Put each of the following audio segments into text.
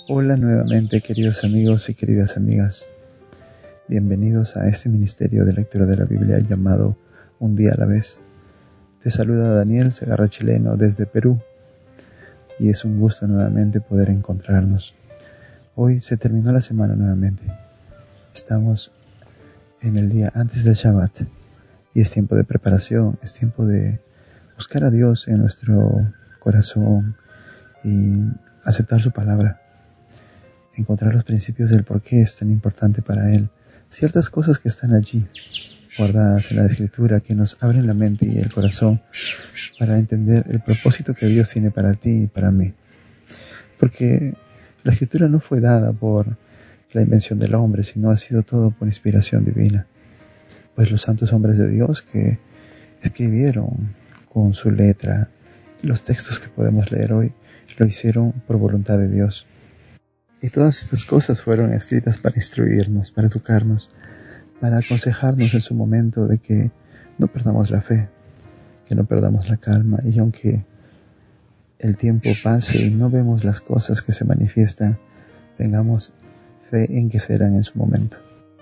Hola nuevamente, queridos amigos y queridas amigas. Bienvenidos a este ministerio de lectura de la Biblia llamado Un día a la vez. Te saluda Daniel Segarra Chileno desde Perú y es un gusto nuevamente poder encontrarnos. Hoy se terminó la semana nuevamente. Estamos en el día antes del Shabbat y es tiempo de preparación, es tiempo de buscar a Dios en nuestro corazón y aceptar su palabra. Encontrar los principios del por qué es tan importante para Él. Ciertas cosas que están allí, guardadas en la Escritura, que nos abren la mente y el corazón para entender el propósito que Dios tiene para ti y para mí. Porque la Escritura no fue dada por la invención del hombre, sino ha sido todo por inspiración divina. Pues los santos hombres de Dios que escribieron con su letra los textos que podemos leer hoy, lo hicieron por voluntad de Dios. Y todas estas cosas fueron escritas para instruirnos, para educarnos, para aconsejarnos en su momento de que no perdamos la fe, que no perdamos la calma. Y aunque el tiempo pase y no vemos las cosas que se manifiestan, tengamos fe en que serán en su momento.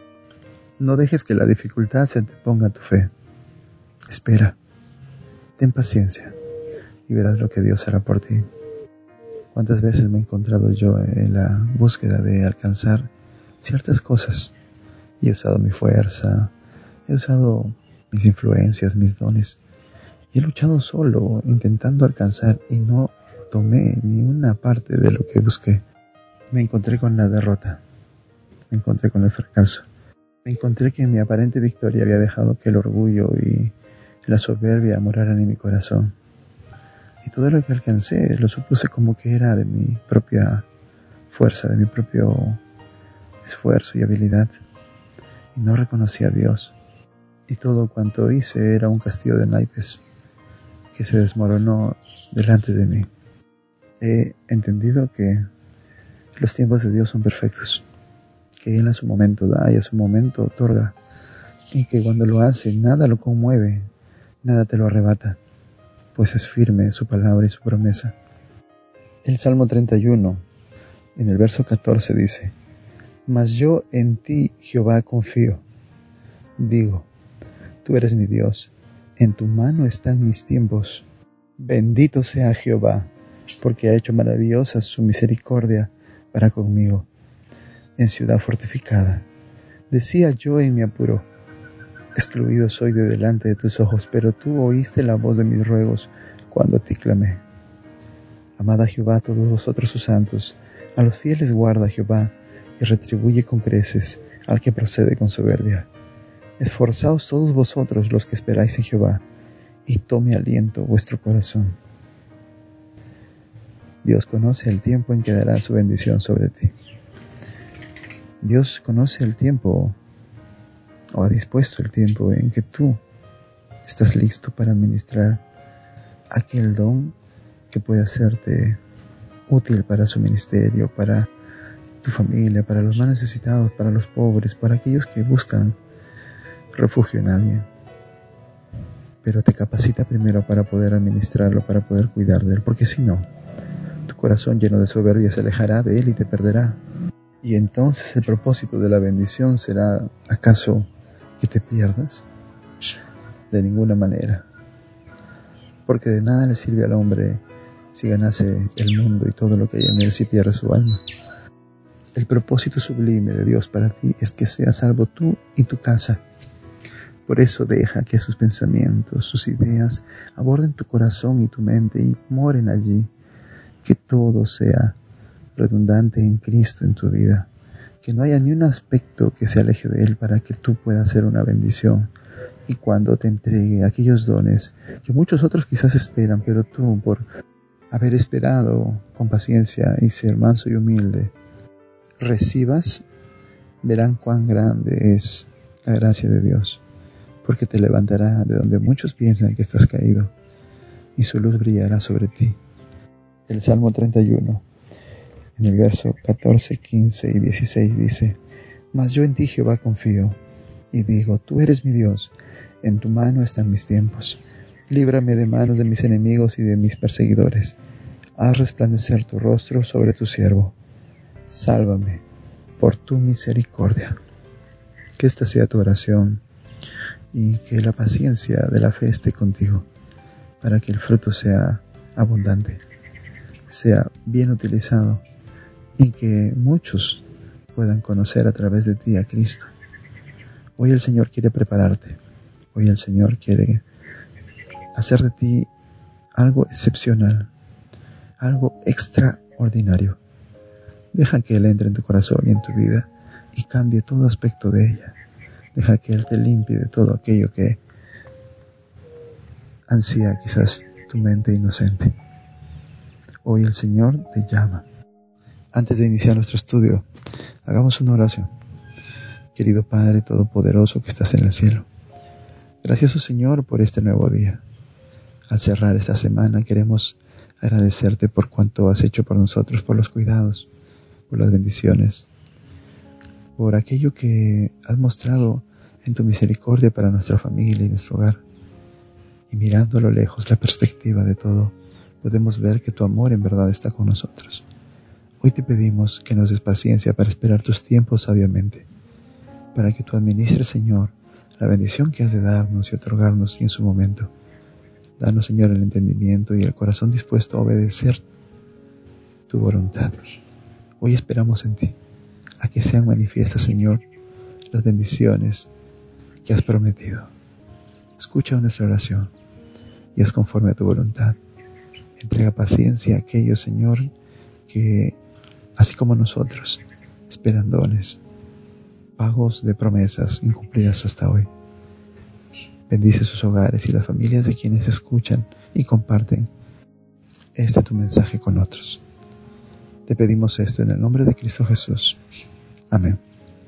No dejes que la dificultad se anteponga a tu fe. Espera, ten paciencia y verás lo que Dios hará por ti. ¿Cuántas veces me he encontrado yo en la búsqueda de alcanzar ciertas cosas? Y he usado mi fuerza, he usado mis influencias, mis dones. Y he luchado solo, intentando alcanzar y no tomé ni una parte de lo que busqué. Me encontré con la derrota, me encontré con el fracaso. Me encontré que mi aparente victoria había dejado que el orgullo y la soberbia moraran en mi corazón. Y todo lo que alcancé lo supuse como que era de mi propia fuerza, de mi propio esfuerzo y habilidad. Y no reconocí a Dios. Y todo cuanto hice era un castillo de naipes que se desmoronó delante de mí. He entendido que los tiempos de Dios son perfectos, que Él a su momento da y a su momento otorga, y que cuando lo hace nada lo conmueve, nada te lo arrebata, pues es firme su palabra y su promesa. El Salmo 31, en el verso 14 dice: Mas yo en ti, Jehová, confío. Digo, tú eres mi Dios, en tu mano están mis tiempos. Bendito sea Jehová, porque ha hecho maravillosa su misericordia para conmigo. En ciudad fortificada, decía yo en mi apuro, excluido soy de delante de tus ojos, pero tú oíste la voz de mis ruegos cuando a ti clamé. Amad a Jehová todos vosotros sus santos, a los fieles guarda Jehová, y retribuye con creces al que procede con soberbia. Esforzaos todos vosotros los que esperáis en Jehová, y tome aliento vuestro corazón. Dios conoce el tiempo en que dará su bendición sobre ti. Dios conoce el tiempo, o ha dispuesto el tiempo en que tú estás listo para administrar aquel don que puede hacerte útil para su ministerio, para tu familia, para los más necesitados, para los pobres, para aquellos que buscan refugio en alguien. Pero te capacita primero para poder administrarlo, para poder cuidar de él, porque si no, tu corazón lleno de soberbia se alejará de él y te perderá. Y entonces el propósito de la bendición será, ¿acaso que te pierdas? De ninguna manera. Porque de nada le sirve al hombre si ganase el mundo y todo lo que hay en él si pierde su alma. El propósito sublime de Dios para ti es que seas salvo tú y tu casa. Por eso deja que sus pensamientos, sus ideas aborden tu corazón y tu mente y moren allí. Que todo sea redundante en Cristo en tu vida. Que no haya ni un aspecto que se aleje de Él para que tú puedas ser una bendición. Y cuando te entregue aquellos dones que muchos otros quizás esperan, pero tú por haber esperado con paciencia y ser manso y humilde, recibas, verán cuán grande es la gracia de Dios. Porque te levantará de donde muchos piensan que estás caído y su luz brillará sobre ti. El Salmo 31. En el verso 14, 15 y 16 dice: Mas yo en ti, Jehová, confío, y digo, tú eres mi Dios, en tu mano están mis tiempos. Líbrame de manos de mis enemigos y de mis perseguidores. Haz resplandecer tu rostro sobre tu siervo. Sálvame por tu misericordia. Que esta sea tu oración y que la paciencia de la fe esté contigo para que el fruto sea abundante, sea bien utilizado y que muchos puedan conocer a través de ti a Cristo. Hoy el Señor quiere prepararte. Hoy el Señor quiere hacer de ti algo excepcional, algo extraordinario. Deja que Él entre en tu corazón y en tu vida y cambie todo aspecto de ella. Deja que Él te limpie de todo aquello que ansía quizás tu mente inocente. Hoy el Señor te llama. Antes de iniciar nuestro estudio, hagamos una oración. Querido Padre Todopoderoso que estás en el cielo, gracias, oh Señor, por este nuevo día. Al cerrar esta semana queremos agradecerte por cuanto has hecho por nosotros, por los cuidados, por las bendiciones, por aquello que has mostrado en tu misericordia para nuestra familia y nuestro hogar. Y mirando a lo lejos la perspectiva de todo, podemos ver que tu amor en verdad está con nosotros. Hoy te pedimos que nos des paciencia para esperar tus tiempos sabiamente, para que tú administres, Señor, la bendición que has de darnos y otorgarnos y en su momento. Danos, Señor, el entendimiento y el corazón dispuesto a obedecer tu voluntad. Hoy esperamos en ti, a que sean manifiestas, Señor, las bendiciones que has prometido. Escucha nuestra oración y haz conforme a tu voluntad. Entrega paciencia a aquellos, Señor, que, así como nosotros, esperan dones, pagos de promesas incumplidas hasta hoy. Bendice sus hogares y las familias de quienes escuchan y comparten tu mensaje con otros. Te pedimos esto en el nombre de Cristo Jesús. Amén.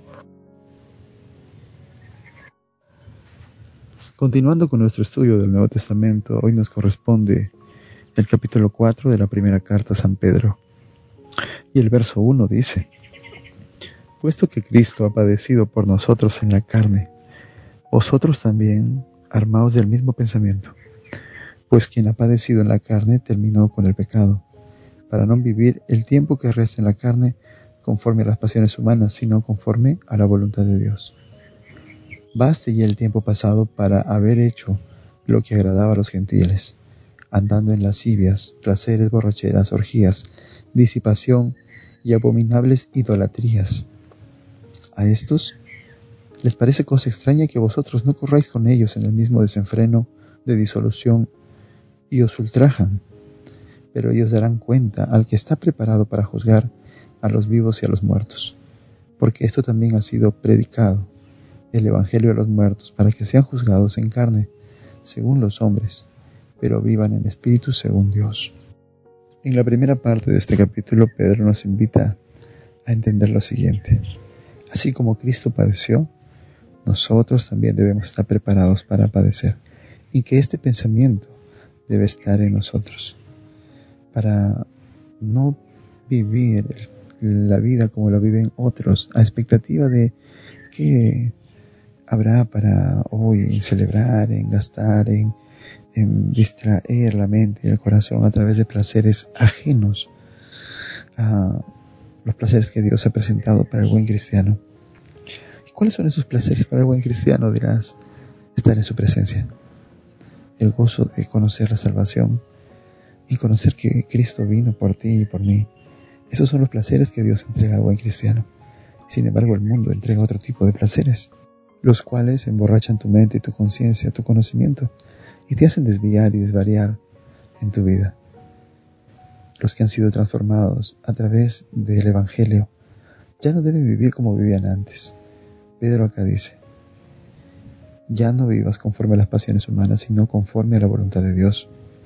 Continuando con nuestro estudio del Nuevo Testamento, hoy nos corresponde el capítulo 4 de la primera carta a San Pedro. Y el verso 1 dice: Puesto que Cristo ha padecido por nosotros en la carne, vosotros también armaos del mismo pensamiento. Pues quien ha padecido en la carne terminó con el pecado, para no vivir el tiempo que resta en la carne conforme a las pasiones humanas, sino conforme a la voluntad de Dios. Baste ya el tiempo pasado para haber hecho lo que agradaba a los gentiles, andando en lascivias, placeres, borracheras, orgías, disipación y abominables idolatrías. A estos les parece cosa extraña que vosotros no corráis con ellos en el mismo desenfreno de disolución y os ultrajan, pero ellos darán cuenta al que está preparado para juzgar a los vivos y a los muertos, porque esto también ha sido predicado, el evangelio a los muertos, para que sean juzgados en carne, según los hombres, pero vivan en espíritu según Dios. En la primera parte de este capítulo, Pedro nos invita a entender lo siguiente: así como Cristo padeció, nosotros también debemos estar preparados para padecer, y que este pensamiento debe estar en nosotros, para no vivir la vida como la viven otros, a expectativa de que habrá para hoy en celebrar, en gastar, en distraer la mente y el corazón a través de placeres ajenos a los placeres que Dios ha presentado para el buen cristiano. ¿Y cuáles son esos placeres para el buen cristiano? Dirás: estar en su presencia, el gozo de conocer la salvación y conocer que Cristo vino por ti y por mí. Esos son los placeres que Dios entrega al buen cristiano. Sin embargo, el mundo entrega otro tipo de placeres, los cuales emborrachan tu mente y tu conciencia, tu conocimiento, y te hacen desviar y desvariar en tu vida. Los que han sido transformados a través del Evangelio ya no deben vivir como vivían antes. Pedro acá dice: ya no vivas conforme a las pasiones humanas, sino conforme a la voluntad de Dios.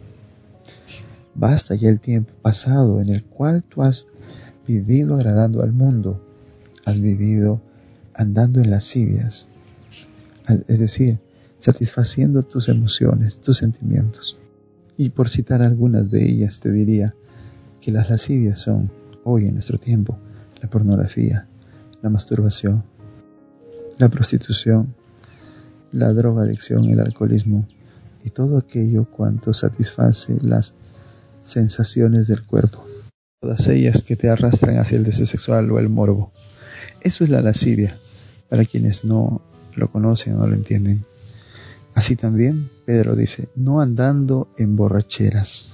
Basta ya el tiempo pasado en el cual tú has vivido agradando al mundo, has vivido andando en lascivias, es decir, satisfaciendo tus emociones, tus sentimientos. Y por citar algunas de ellas, te diría que las lascivias son, hoy en nuestro tiempo, la pornografía, la masturbación, la prostitución, la drogadicción, el alcoholismo y todo aquello cuanto satisface las sensaciones del cuerpo. todas ellas que te arrastran hacia el deseo sexual o el morbo. Eso es la lascivia, para quienes no lo conocen o no lo entienden. Así también Pedro dice, no andando en borracheras,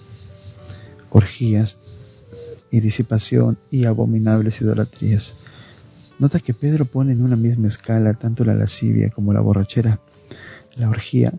orgías y disipación y abominables idolatrías. Nota que Pedro pone en una misma escala tanto la lascivia como la borrachera, la orgía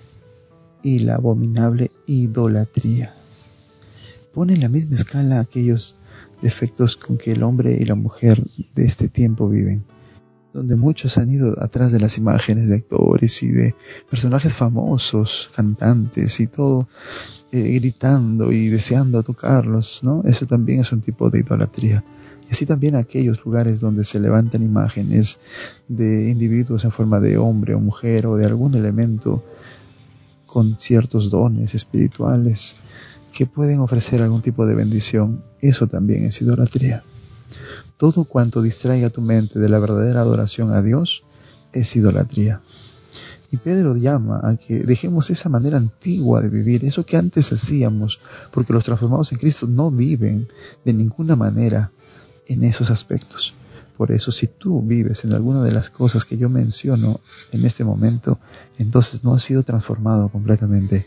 y la abominable idolatría. Pone en la misma escala aquellos defectos con que el hombre y la mujer de este tiempo viven, donde muchos han ido atrás de las imágenes de actores y de personajes famosos, cantantes y todo, gritando y deseando tocarlos, ¿no? Eso también es un tipo de idolatría. Y así también aquellos lugares donde se levantan imágenes de individuos en forma de hombre o mujer o de algún elemento con ciertos dones espirituales que pueden ofrecer algún tipo de bendición, eso también es idolatría. Todo cuanto distraiga tu mente de la verdadera adoración a Dios es idolatría. Y Pedro llama a que dejemos esa manera antigua de vivir, eso que antes hacíamos, porque los transformados en Cristo no viven de ninguna manera en esos aspectos. Por eso, si tú vives en alguna de las cosas que yo menciono en este momento, entonces no has sido transformado completamente.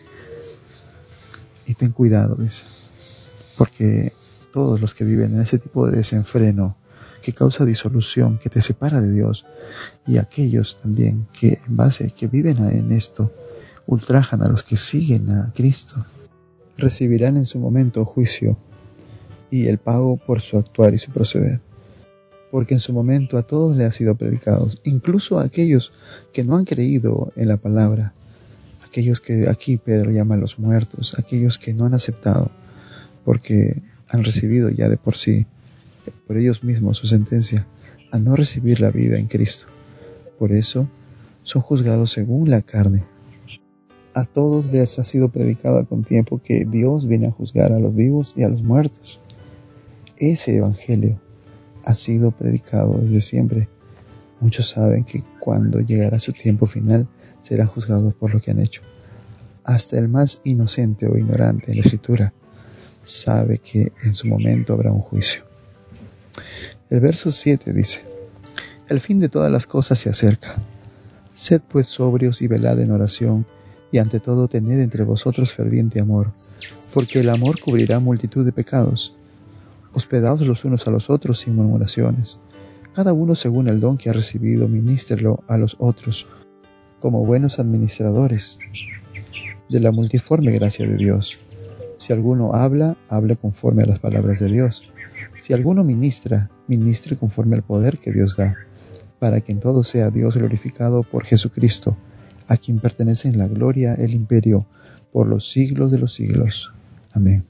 Y ten cuidado, dice, porque todos los que viven en ese tipo de desenfreno que causa disolución, que te separa de Dios, y aquellos también que en base que viven en esto ultrajan a los que siguen a Cristo, recibirán en su momento juicio y el pago por su actuar y su proceder. Porque en su momento a todos le ha sido predicado, incluso a aquellos que no han creído en la palabra, aquellos que aquí Pedro llama a los muertos, aquellos que no han aceptado, porque han recibido ya de por sí, por ellos mismos, su sentencia a no recibir la vida en Cristo. Por eso son juzgados según la carne. A todos les ha sido predicado con tiempo que Dios viene a juzgar a los vivos y a los muertos. Ese evangelio ha sido predicado desde siempre. Muchos saben que cuando llegará su tiempo final serán juzgados por lo que han hecho. Hasta el más inocente o ignorante en la Escritura sabe que en su momento habrá un juicio. El verso 7 dice, el fin de todas las cosas se acerca. Sed pues sobrios y velad en oración, y ante todo tened entre vosotros ferviente amor, porque el amor cubrirá multitud de pecados. Hospedaos los unos a los otros sin murmuraciones. Cada uno según el don que ha recibido, ministrelo a los otros, como buenos administradores de la multiforme gracia de Dios. Si alguno habla, hable conforme a las palabras de Dios. Si alguno ministra, ministre conforme al poder que Dios da, para que en todo sea Dios glorificado por Jesucristo, a quien pertenecen la gloria, el imperio, por los siglos de los siglos. Amén.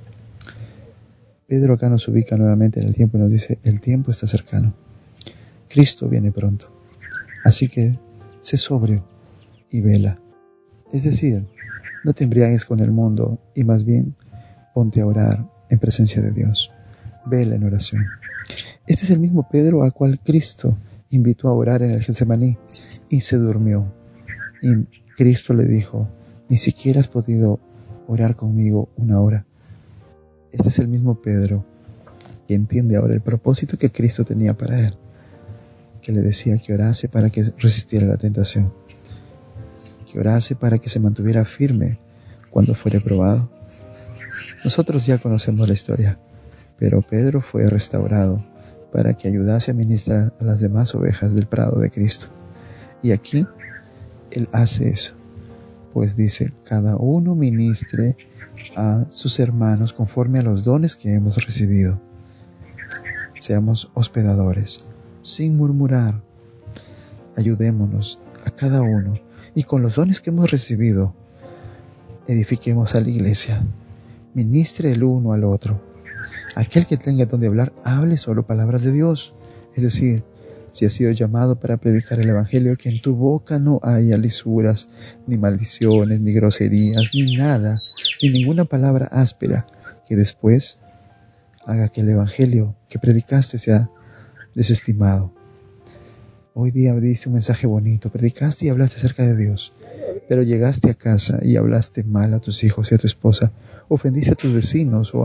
Pedro acá nos ubica nuevamente en el tiempo y nos dice, el tiempo está cercano. Cristo viene pronto. Así que sé sobrio y vela. Es decir, no te embriagues con el mundo y más bien ponte a orar en presencia de Dios. Vela en oración. Este es el mismo Pedro al cual Cristo invitó a orar en el Getsemaní y se durmió. Y Cristo le dijo, ni siquiera has podido orar conmigo una hora. Este es el mismo Pedro que entiende ahora el propósito que Cristo tenía para él, que le decía que orase para que resistiera la tentación, que orase para que se mantuviera firme cuando fuere probado. Nosotros ya conocemos la historia, pero Pedro fue restaurado para que ayudase a ministrar a las demás ovejas del prado de Cristo. Y aquí Él hace eso, pues dice, cada uno ministre a sus hermanos conforme a los dones que hemos recibido. Seamos hospedadores, sin murmurar. Ayudémonos a cada uno y con los dones que hemos recibido, edifiquemos a la iglesia. Ministre el uno al otro. Aquel que tenga donde hablar, hable solo palabras de Dios. Es decir, si has sido llamado para predicar el Evangelio, que en tu boca no haya lisuras, ni maldiciones, ni groserías, ni nada, ni ninguna palabra áspera, que después haga que el Evangelio que predicaste sea desestimado. Hoy día diste un mensaje bonito, predicaste y hablaste acerca de Dios, pero llegaste a casa y hablaste mal a tus hijos y a tu esposa, ofendiste a tus vecinos o a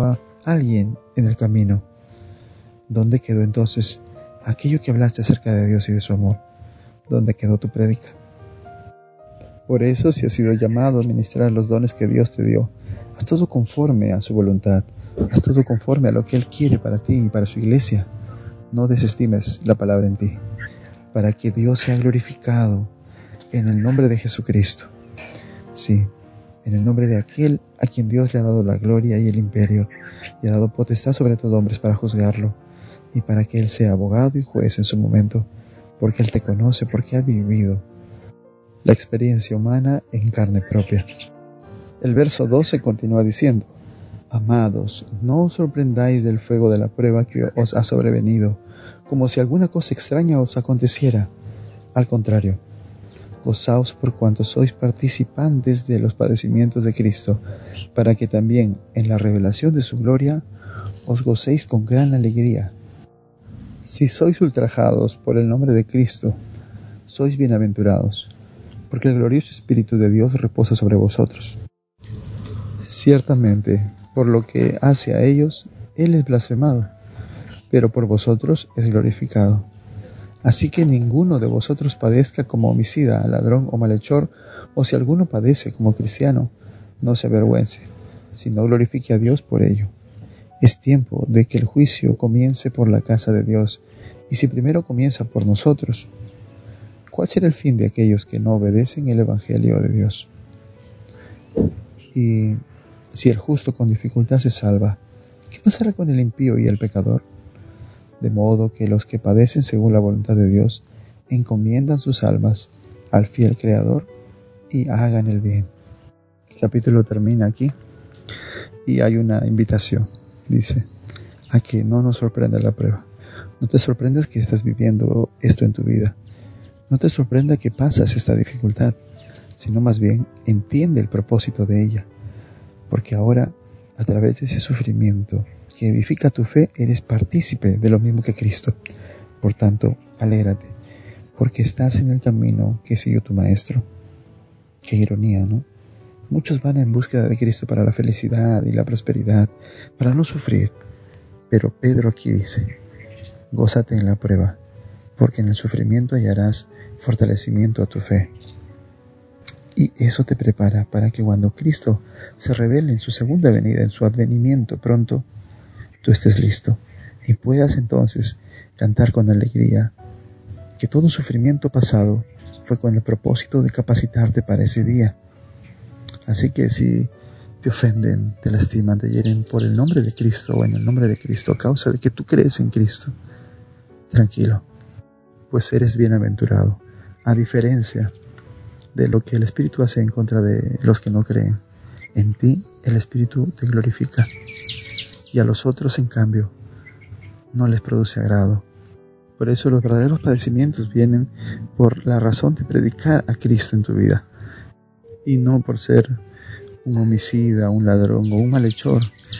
alguien en el camino. ¿Dónde quedó entonces aquello que hablaste acerca de Dios y de su amor? ¿Dónde quedó tu prédica? Por eso, si has sido llamado a ministrar los dones que Dios te dio, haz todo conforme a su voluntad. Haz todo conforme a lo que Él quiere para ti y para su iglesia. No desestimes la palabra en ti, para que Dios sea glorificado en el nombre de Jesucristo. Sí, en el nombre de aquel a quien Dios le ha dado la gloria y el imperio, y ha dado potestad sobre todo hombres para juzgarlo, y para que Él sea abogado y juez en su momento, porque Él te conoce, porque ha vivido la experiencia humana en carne propia. El verso 12 continúa diciendo: Amados, no os sorprendáis del fuego de la prueba que os ha sobrevenido, como si alguna cosa extraña os aconteciera. Al contrario, gozaos por cuanto sois participantes de los padecimientos de Cristo, para que también en la revelación de su gloria os gocéis con gran alegría. Si sois ultrajados por el nombre de Cristo, sois bienaventurados, porque el glorioso Espíritu de Dios reposa sobre vosotros. Ciertamente, por lo que hace a ellos, Él es blasfemado, pero por vosotros es glorificado. Así que ninguno de vosotros padezca como homicida, ladrón o malhechor, o si alguno padece como cristiano, no se avergüence, sino glorifique a Dios por ello. Es tiempo de que el juicio comience por la casa de Dios, y si primero comienza por nosotros, ¿cuál será el fin de aquellos que no obedecen el Evangelio de Dios? Y si el justo con dificultad se salva, ¿qué pasará con el impío y el pecador? De modo que los que padecen según la voluntad de Dios encomiendan sus almas al fiel Creador y hagan el bien. El capítulo termina aquí y hay una invitación. Dice, a que no nos sorprenda la prueba. No te sorprendas que estás viviendo esto en tu vida. No te sorprenda que pasas esta dificultad, sino más bien entiende el propósito de ella. Porque ahora, a través de ese sufrimiento que edifica tu fe, eres partícipe de lo mismo que Cristo. Por tanto, alégrate, porque estás en el camino que siguió tu Maestro. Qué ironía, ¿no? Muchos van en búsqueda de Cristo para la felicidad y la prosperidad, para no sufrir. Pero Pedro aquí dice, gózate en la prueba, porque en el sufrimiento hallarás fortalecimiento a tu fe. Y eso te prepara para que cuando Cristo se revele en su segunda venida, en su advenimiento pronto, tú estés listo y puedas entonces cantar con alegría que todo sufrimiento pasado fue con el propósito de capacitarte para ese día. Así que si te ofenden, te lastiman, te hieren por el nombre de Cristo o en el nombre de Cristo a causa de que tú crees en Cristo, tranquilo, pues eres bienaventurado, a diferencia de lo que el Espíritu hace en contra de los que no creen. En ti el Espíritu te glorifica y a los otros, en cambio, no les produce agrado. Por eso los verdaderos padecimientos vienen por la razón de predicar a Cristo en tu vida y no por ser un homicida, un ladrón o un malhechor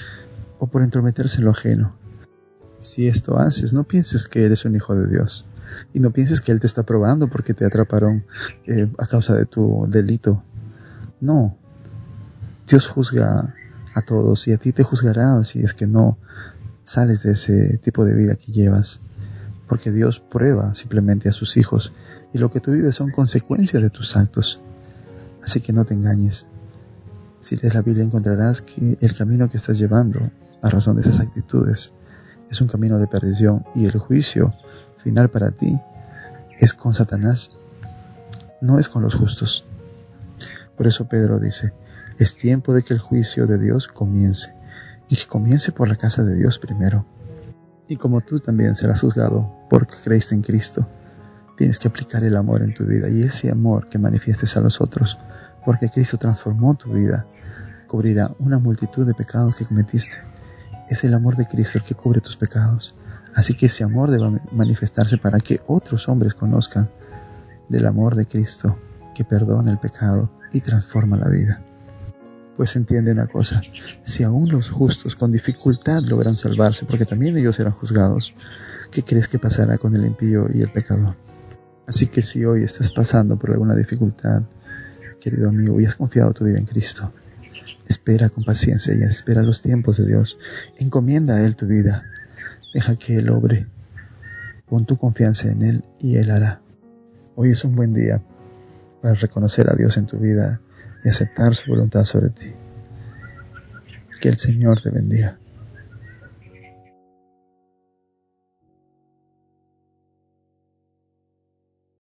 o por entrometerse en lo ajeno. Si esto haces, no pienses que eres un hijo de Dios y no pienses que Él te está probando porque te atraparon a causa de tu delito. No, Dios juzga a todos y a ti te juzgará si es que no sales de ese tipo de vida que llevas, porque Dios prueba simplemente a sus hijos y lo que tú vives son consecuencias de tus actos. Así que no te engañes. Si lees la Biblia encontrarás que el camino que estás llevando a razón de esas actitudes es un camino de perdición y el juicio final para ti es con Satanás, no es con los justos. Por eso Pedro dice, es tiempo de que el juicio de Dios comience y que comience por la casa de Dios primero. Y como tú también serás juzgado porque creíste en Cristo, tienes que aplicar el amor en tu vida y ese amor que manifiestes a los otros, porque Cristo transformó tu vida, cubrirá una multitud de pecados que cometiste. Es el amor de Cristo el que cubre tus pecados. Así que ese amor debe manifestarse para que otros hombres conozcan del amor de Cristo que perdona el pecado y transforma la vida. Pues entiende una cosa, si aún los justos con dificultad logran salvarse, porque también ellos serán juzgados, ¿qué crees que pasará con el impío y el pecador? Así que si hoy estás pasando por alguna dificultad, querido amigo, y has confiado tu vida en Cristo, Espera con paciencia y espera los tiempos de Dios. Encomienda a Él tu vida. Deja que Él obre. Pon tu confianza en Él y Él hará. Hoy es un buen día para reconocer a Dios en tu vida y aceptar su voluntad sobre ti. Que el Señor te bendiga.